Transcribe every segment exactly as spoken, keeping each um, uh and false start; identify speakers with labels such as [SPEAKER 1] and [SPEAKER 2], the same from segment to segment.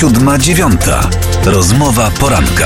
[SPEAKER 1] Siódma dziewiąta. Rozmowa poranka.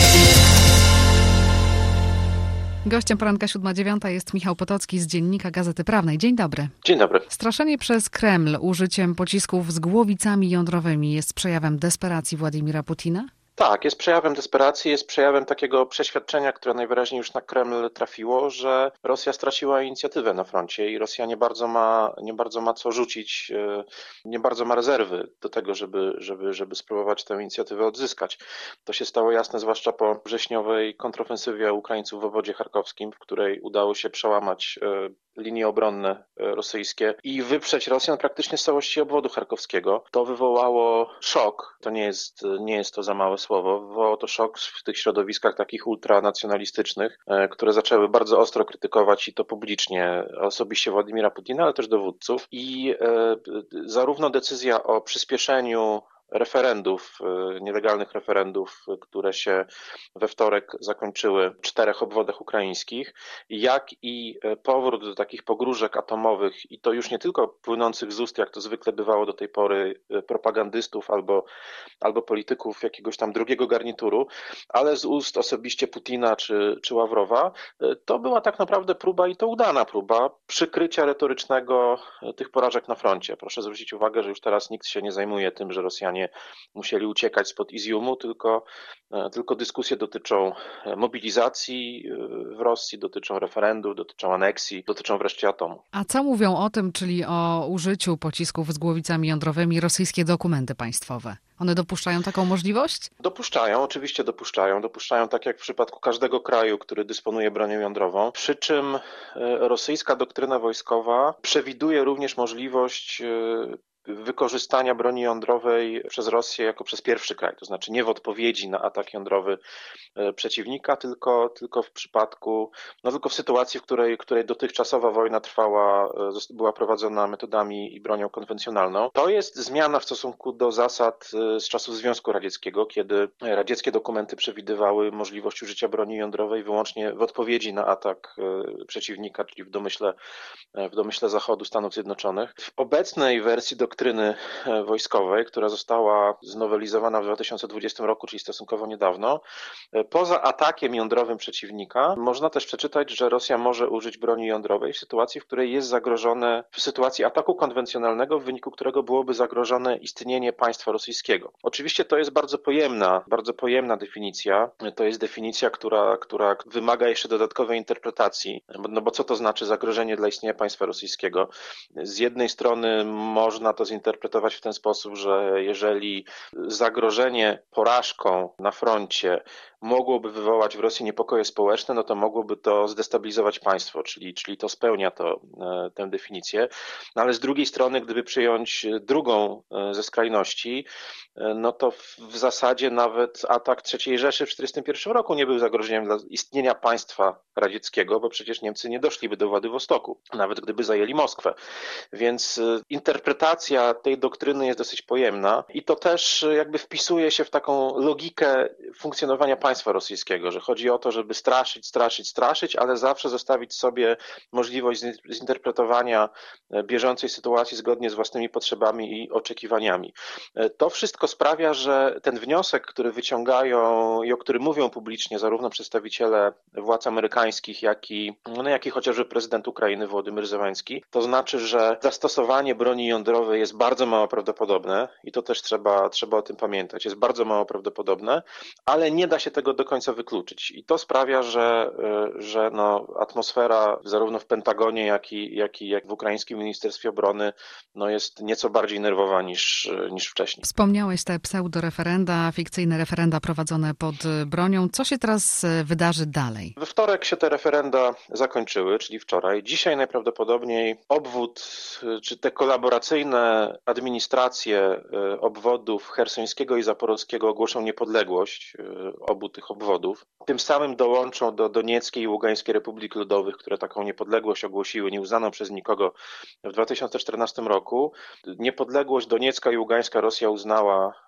[SPEAKER 2] Gościem poranka siódma dziewiąta jest Michał Potocki z Dziennika Gazety Prawnej. Dzień dobry.
[SPEAKER 3] Dzień dobry.
[SPEAKER 2] Straszenie przez Kreml użyciem pocisków z głowicami jądrowymi jest przejawem desperacji Władimira Putina?
[SPEAKER 3] Tak, jest przejawem desperacji, jest przejawem takiego przeświadczenia, które najwyraźniej już na Kreml trafiło, że Rosja straciła inicjatywę na froncie i Rosja nie bardzo ma, nie bardzo ma co rzucić, nie bardzo ma rezerwy do tego, żeby, żeby, żeby spróbować tę inicjatywę odzyskać. To się stało jasne zwłaszcza po wrześniowej kontrofensywie Ukraińców w obwodzie charkowskim, w której udało się przełamać linie obronne rosyjskie i wyprzeć Rosjan praktycznie z całości obwodu charkowskiego. To wywołało szok, to nie jest, nie jest to za małe słowo, wywołało to szok w tych środowiskach takich ultranacjonalistycznych, które zaczęły bardzo ostro krytykować i to publicznie osobiście Władimira Putina, ale też dowódców i e, zarówno decyzja o przyspieszeniu referendów, nielegalnych referendów, które się we wtorek zakończyły w czterech obwodach ukraińskich, jak i powrót do takich pogróżek atomowych i to już nie tylko płynących z ust, jak to zwykle bywało do tej pory, propagandystów albo, albo polityków jakiegoś tam drugiego garnituru, ale z ust osobiście Putina czy, czy Ławrowa, to była tak naprawdę próba i to udana próba przykrycia retorycznego tych porażek na froncie. Proszę zwrócić uwagę, że już teraz nikt się nie zajmuje tym, że Rosjanie musieli uciekać spod Izjumu, tylko, tylko dyskusje dotyczą mobilizacji w Rosji, dotyczą referendów, dotyczą aneksji, dotyczą wreszcie atomu.
[SPEAKER 2] A co mówią o tym, czyli o użyciu pocisków z głowicami jądrowymi, rosyjskie dokumenty państwowe? One dopuszczają taką możliwość?
[SPEAKER 3] Dopuszczają, oczywiście dopuszczają. Dopuszczają tak jak w przypadku każdego kraju, który dysponuje bronią jądrową. Przy czym rosyjska doktryna wojskowa przewiduje również możliwość wykorzystania broni jądrowej przez Rosję jako przez pierwszy kraj, to znaczy nie w odpowiedzi na atak jądrowy przeciwnika, tylko, tylko w przypadku, no tylko w sytuacji, w której, której dotychczasowa wojna trwała, była prowadzona metodami i bronią konwencjonalną. To jest zmiana w stosunku do zasad z czasów Związku Radzieckiego, kiedy radzieckie dokumenty przewidywały możliwość użycia broni jądrowej wyłącznie w odpowiedzi na atak przeciwnika, czyli w domyśle, w domyśle Zachodu, Stanów Zjednoczonych. W obecnej wersji doktryny wojskowej, która została znowelizowana w dwa tysiące dwudziestym roku, czyli stosunkowo niedawno, poza atakiem jądrowym przeciwnika można też przeczytać, że Rosja może użyć broni jądrowej w sytuacji, w której jest zagrożone, w sytuacji ataku konwencjonalnego, w wyniku którego byłoby zagrożone istnienie państwa rosyjskiego. Oczywiście to jest bardzo pojemna, bardzo pojemna definicja. To jest definicja, która, która wymaga jeszcze dodatkowej interpretacji, no bo co to znaczy zagrożenie dla istnienia państwa rosyjskiego? Z jednej strony można to zinterpretować w ten sposób, że jeżeli zagrożenie porażką na froncie mogłoby wywołać w Rosji niepokoje społeczne, no to mogłoby to zdestabilizować państwo, czyli, czyli to spełnia to, tę definicję. No ale z drugiej strony, gdyby przyjąć drugą ze skrajności, no to w zasadzie nawet atak trzeciej Rzeszy w tysiąc dziewięćset czterdziestym pierwszym roku nie był zagrożeniem dla istnienia państwa radzieckiego, bo przecież Niemcy nie doszliby do Władywostoku, nawet gdyby zajęli Moskwę. Więc interpretacja tej doktryny jest dosyć pojemna i to też jakby wpisuje się w taką logikę funkcjonowania państwa rosyjskiego, że chodzi o to, żeby straszyć, straszyć, straszyć, ale zawsze zostawić sobie możliwość zinterpretowania bieżącej sytuacji zgodnie z własnymi potrzebami i oczekiwaniami. To wszystko sprawia, że ten wniosek, który wyciągają i o którym mówią publicznie zarówno przedstawiciele władz amerykańskich, jak i, no, jak i chociażby prezydent Ukrainy Wołodymyr Zełański, to znaczy, że zastosowanie broni jądrowej jest bardzo mało prawdopodobne i to też trzeba, trzeba o tym pamiętać. Jest bardzo mało prawdopodobne, ale nie da się tego do końca wykluczyć. I to sprawia, że, że no, atmosfera zarówno w Pentagonie, jak i, jak i jak w ukraińskim Ministerstwie Obrony no, jest nieco bardziej nerwowa niż, niż wcześniej.
[SPEAKER 2] Wspomniałeś te pseudoreferenda, fikcyjne referenda prowadzone pod bronią. Co się teraz wydarzy dalej?
[SPEAKER 3] We wtorek się te referenda zakończyły, czyli wczoraj. Dzisiaj najprawdopodobniej obwód, czy te kolaboracyjne administracje obwodów chersońskiego i zaporowskiego ogłoszą niepodległość obu tych obwodów. Tym samym dołączą do Donieckiej i Ługańskiej Republik Ludowych, które taką niepodległość ogłosiły, nie uznaną przez nikogo w dwa tysiące czternastym roku. Niepodległość Doniecka i Ługańska Rosja uznała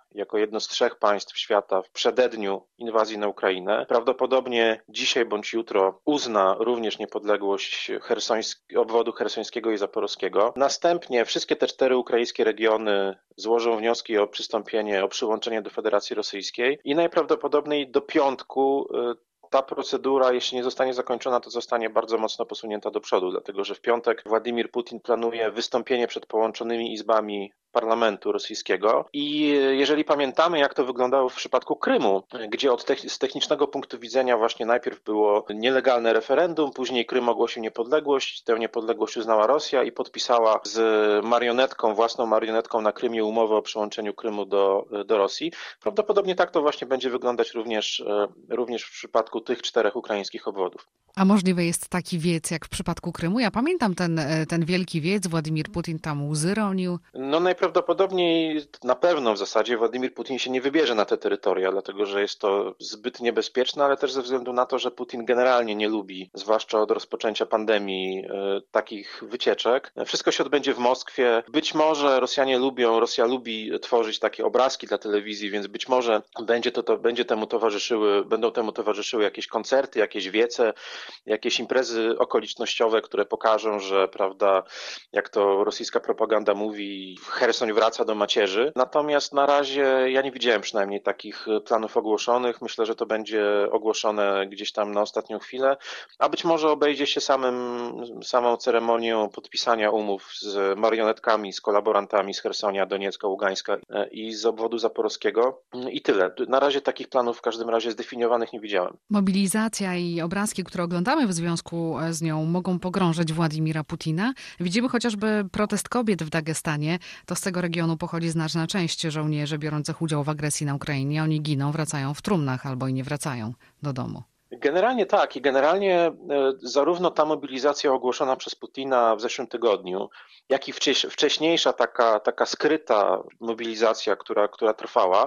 [SPEAKER 3] jako jedno z trzech państw świata w przededniu inwazji na Ukrainę. Prawdopodobnie dzisiaj bądź jutro uzna również niepodległość hersońsk- obwodu chersońskiego i zaporowskiego. Następnie wszystkie te cztery ukraińskie regiony złożą wnioski o przystąpienie, o przyłączenie do Federacji Rosyjskiej i najprawdopodobniej do piątku ta procedura, jeśli nie zostanie zakończona, to zostanie bardzo mocno posunięta do przodu, dlatego że w piątek Władimir Putin planuje wystąpienie przed połączonymi izbami parlamentu rosyjskiego i jeżeli pamiętamy, jak to wyglądało w przypadku Krymu, gdzie od te- z technicznego punktu widzenia właśnie najpierw było nielegalne referendum, później Krym ogłosił niepodległość, tę niepodległość uznała Rosja i podpisała z marionetką, własną marionetką na Krymie umowę o przyłączeniu Krymu do, do Rosji. Prawdopodobnie tak to właśnie będzie wyglądać również, również w przypadku tych czterech ukraińskich obwodów.
[SPEAKER 2] A możliwy jest taki wiec jak w przypadku Krymu? Ja pamiętam ten, ten wielki wiec, Władimir Putin tam łzy ronił.
[SPEAKER 3] No najprawdopodobniej, na pewno w zasadzie Władimir Putin się nie wybierze na te terytoria, dlatego że jest to zbyt niebezpieczne, ale też ze względu na to, że Putin generalnie nie lubi, zwłaszcza od rozpoczęcia pandemii, e, takich wycieczek. Wszystko się odbędzie w Moskwie. Być może Rosjanie lubią, Rosja lubi tworzyć takie obrazki dla telewizji, więc być może będzie to, to będzie temu towarzyszyły, będą temu towarzyszyły jakieś koncerty, jakieś wiece, jakieś imprezy okolicznościowe, które pokażą, że, prawda, jak to rosyjska propaganda mówi, Chersoń wraca do macierzy. Natomiast na razie ja nie widziałem przynajmniej takich planów ogłoszonych. Myślę, że to będzie ogłoszone gdzieś tam na ostatnią chwilę, a być może obejdzie się samym, samą ceremonią podpisania umów z marionetkami, z kolaborantami z Chersonia, Doniecka, Ługańska i z obwodu zaporowskiego. I tyle. Na razie takich planów w każdym razie zdefiniowanych nie widziałem.
[SPEAKER 2] Mobilizacja i obrazki, które oglądamy w związku z nią, mogą pogrążyć Władimira Putina. Widzimy chociażby protest kobiet w Dagestanie. To z tego regionu pochodzi znaczna część żołnierzy biorących udział w agresji na Ukrainie. Oni giną, wracają w trumnach albo i nie wracają do domu.
[SPEAKER 3] Generalnie tak i generalnie zarówno ta mobilizacja ogłoszona przez Putina w zeszłym tygodniu, jak i wcześniejsza taka, taka skryta mobilizacja, która, która trwała,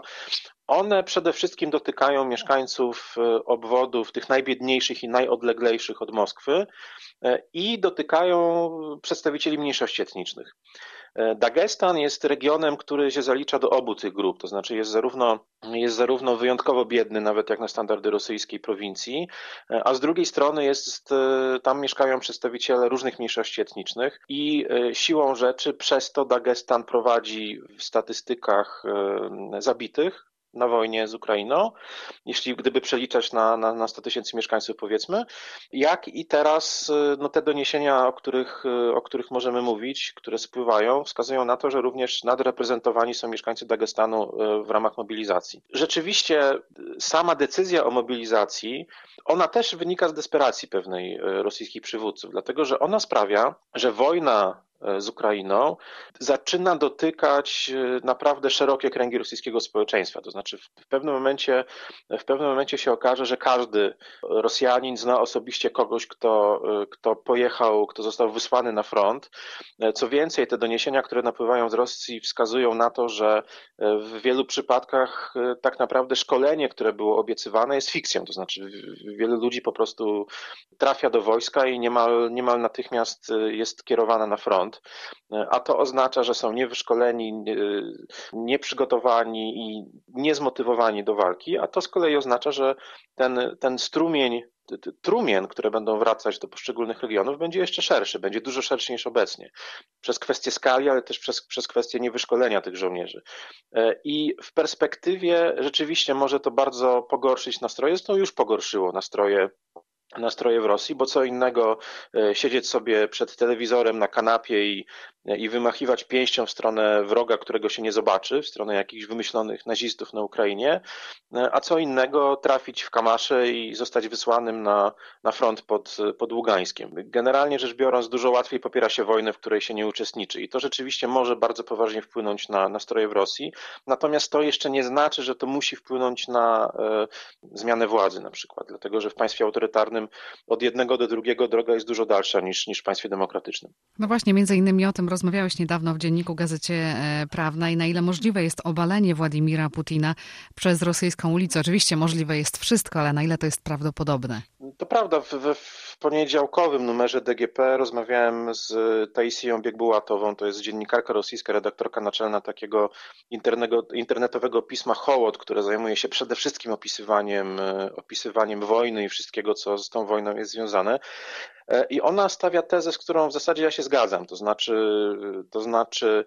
[SPEAKER 3] one przede wszystkim dotykają mieszkańców obwodów tych najbiedniejszych i najodleglejszych od Moskwy i dotykają przedstawicieli mniejszości etnicznych. Dagestan jest regionem, który się zalicza do obu tych grup, to znaczy jest zarówno, jest zarówno wyjątkowo biedny, nawet jak na standardy rosyjskiej prowincji, a z drugiej strony jest, tam mieszkają przedstawiciele różnych mniejszości etnicznych i siłą rzeczy przez to Dagestan prowadzi w statystykach zabitych na wojnie z Ukrainą, jeśli gdyby przeliczać na, na, na sto tysięcy mieszkańców powiedzmy, jak i teraz no, te doniesienia, o których, o których możemy mówić, które spływają, wskazują na to, że również nadreprezentowani są mieszkańcy Dagestanu w ramach mobilizacji. Rzeczywiście sama decyzja o mobilizacji, ona też wynika z desperacji pewnej rosyjskich przywódców, dlatego że ona sprawia, że wojna z Ukrainą zaczyna dotykać naprawdę szerokie kręgi rosyjskiego społeczeństwa. To znaczy w pewnym momencie, w pewnym momencie się okaże, że każdy Rosjanin zna osobiście kogoś, kto, kto pojechał, kto został wysłany na front. Co więcej, te doniesienia, które napływają z Rosji, wskazują na to, że w wielu przypadkach tak naprawdę szkolenie, które było obiecywane, jest fikcją. To znaczy wielu ludzi po prostu trafia do wojska i niemal, niemal natychmiast jest kierowana na front. A to oznacza, że są niewyszkoleni, nieprzygotowani i niezmotywowani do walki, a to z kolei oznacza, że ten, ten strumień trumien, które będą wracać do poszczególnych regionów, będzie jeszcze szerszy, będzie dużo szerszy niż obecnie. Przez kwestię skali, ale też przez, przez kwestię niewyszkolenia tych żołnierzy. I w perspektywie rzeczywiście może to bardzo pogorszyć nastroje, zresztą już pogorszyło nastroje nastroje w Rosji, bo co innego siedzieć sobie przed telewizorem na kanapie i, i wymachiwać pięścią w stronę wroga, którego się nie zobaczy, w stronę jakichś wymyślonych nazistów na Ukrainie, a co innego trafić w kamasze i zostać wysłanym na, na front pod, pod Ługańskiem. Generalnie rzecz biorąc, dużo łatwiej popiera się wojnę, w której się nie uczestniczy i to rzeczywiście może bardzo poważnie wpłynąć na nastroje w Rosji, natomiast to jeszcze nie znaczy, że to musi wpłynąć na e, zmianę władzy na przykład, dlatego że w państwie autorytarnym od jednego do drugiego droga jest dużo dalsza niż, niż w państwie demokratycznym.
[SPEAKER 2] No właśnie, między innymi o tym rozmawiałeś niedawno w Dzienniku Gazecie Prawnej, na ile możliwe jest obalenie Władimira Putina przez rosyjską ulicę. Oczywiście możliwe jest wszystko, ale na ile to jest prawdopodobne? To
[SPEAKER 3] prawda. W, w, w poniedziałkowym numerze D G P rozmawiałem z Taisiją Biegbułatową, to jest dziennikarka rosyjska, redaktorka naczelna takiego internetowego pisma Hołot, które zajmuje się przede wszystkim opisywaniem, opisywaniem wojny i wszystkiego, co z tą wojną jest związane. I ona stawia tezę, z którą w zasadzie ja się zgadzam, to znaczy, to znaczy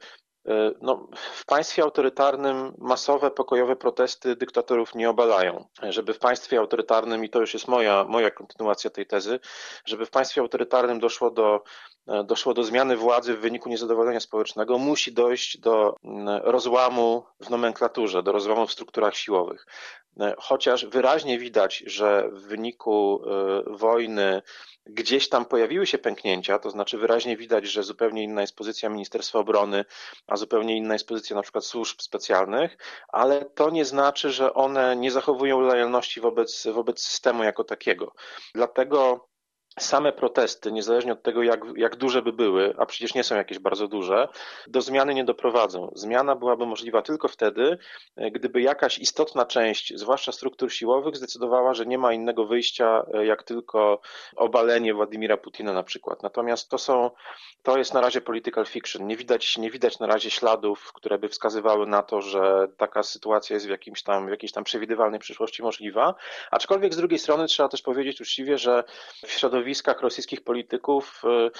[SPEAKER 3] no, w państwie autorytarnym masowe, pokojowe protesty dyktatorów nie obalają. Żeby w państwie autorytarnym, i to już jest moja, moja kontynuacja tej tezy, żeby w państwie autorytarnym doszło do, doszło do zmiany władzy w wyniku niezadowolenia społecznego, musi dojść do rozłamu w nomenklaturze, do rozłamu w strukturach siłowych. Chociaż wyraźnie widać, że w wyniku wojny gdzieś tam pojawiły się pęknięcia, to znaczy wyraźnie widać, że zupełnie inna jest pozycja Ministerstwa Obrony, a zupełnie inna jest pozycja na przykład służb specjalnych, ale to nie znaczy, że one nie zachowują lojalności wobec, wobec systemu jako takiego. Dlatego same protesty, niezależnie od tego, jak, jak duże by były, a przecież nie są jakieś bardzo duże, do zmiany nie doprowadzą. Zmiana byłaby możliwa tylko wtedy, gdyby jakaś istotna część, zwłaszcza struktur siłowych, zdecydowała, że nie ma innego wyjścia, jak tylko obalenie Władimira Putina na przykład. Natomiast to są, to jest na razie political fiction. Nie widać, nie widać na razie śladów, które by wskazywały na to, że taka sytuacja jest w jakimś tam, w jakiejś tam przewidywalnej przyszłości możliwa. Aczkolwiek z drugiej strony trzeba też powiedzieć uczciwie, że w środowisku W środowiskach rosyjskich polityków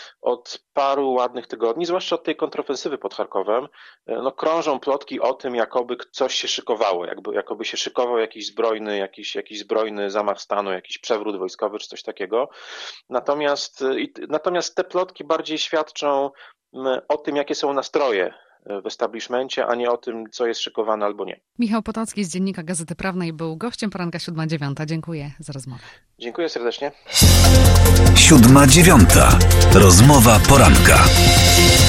[SPEAKER 3] od paru ładnych tygodni, zwłaszcza od tej kontrofensywy pod Charkowem, no, krążą plotki o tym, jakoby coś się szykowało, jakby, jakoby się szykował jakiś zbrojny, jakiś, jakiś zbrojny zamach stanu, jakiś przewrót wojskowy czy coś takiego. Natomiast, natomiast te plotki bardziej świadczą o tym, jakie są nastroje w establishmencie, a nie o tym, co jest szykowane albo nie.
[SPEAKER 2] Michał Potocki z Dziennika Gazety Prawnej był gościem poranka siódma dziewiąta. Dziękuję za rozmowę.
[SPEAKER 3] Dziękuję serdecznie.
[SPEAKER 1] Siódma dziewiąta. Rozmowa poranka.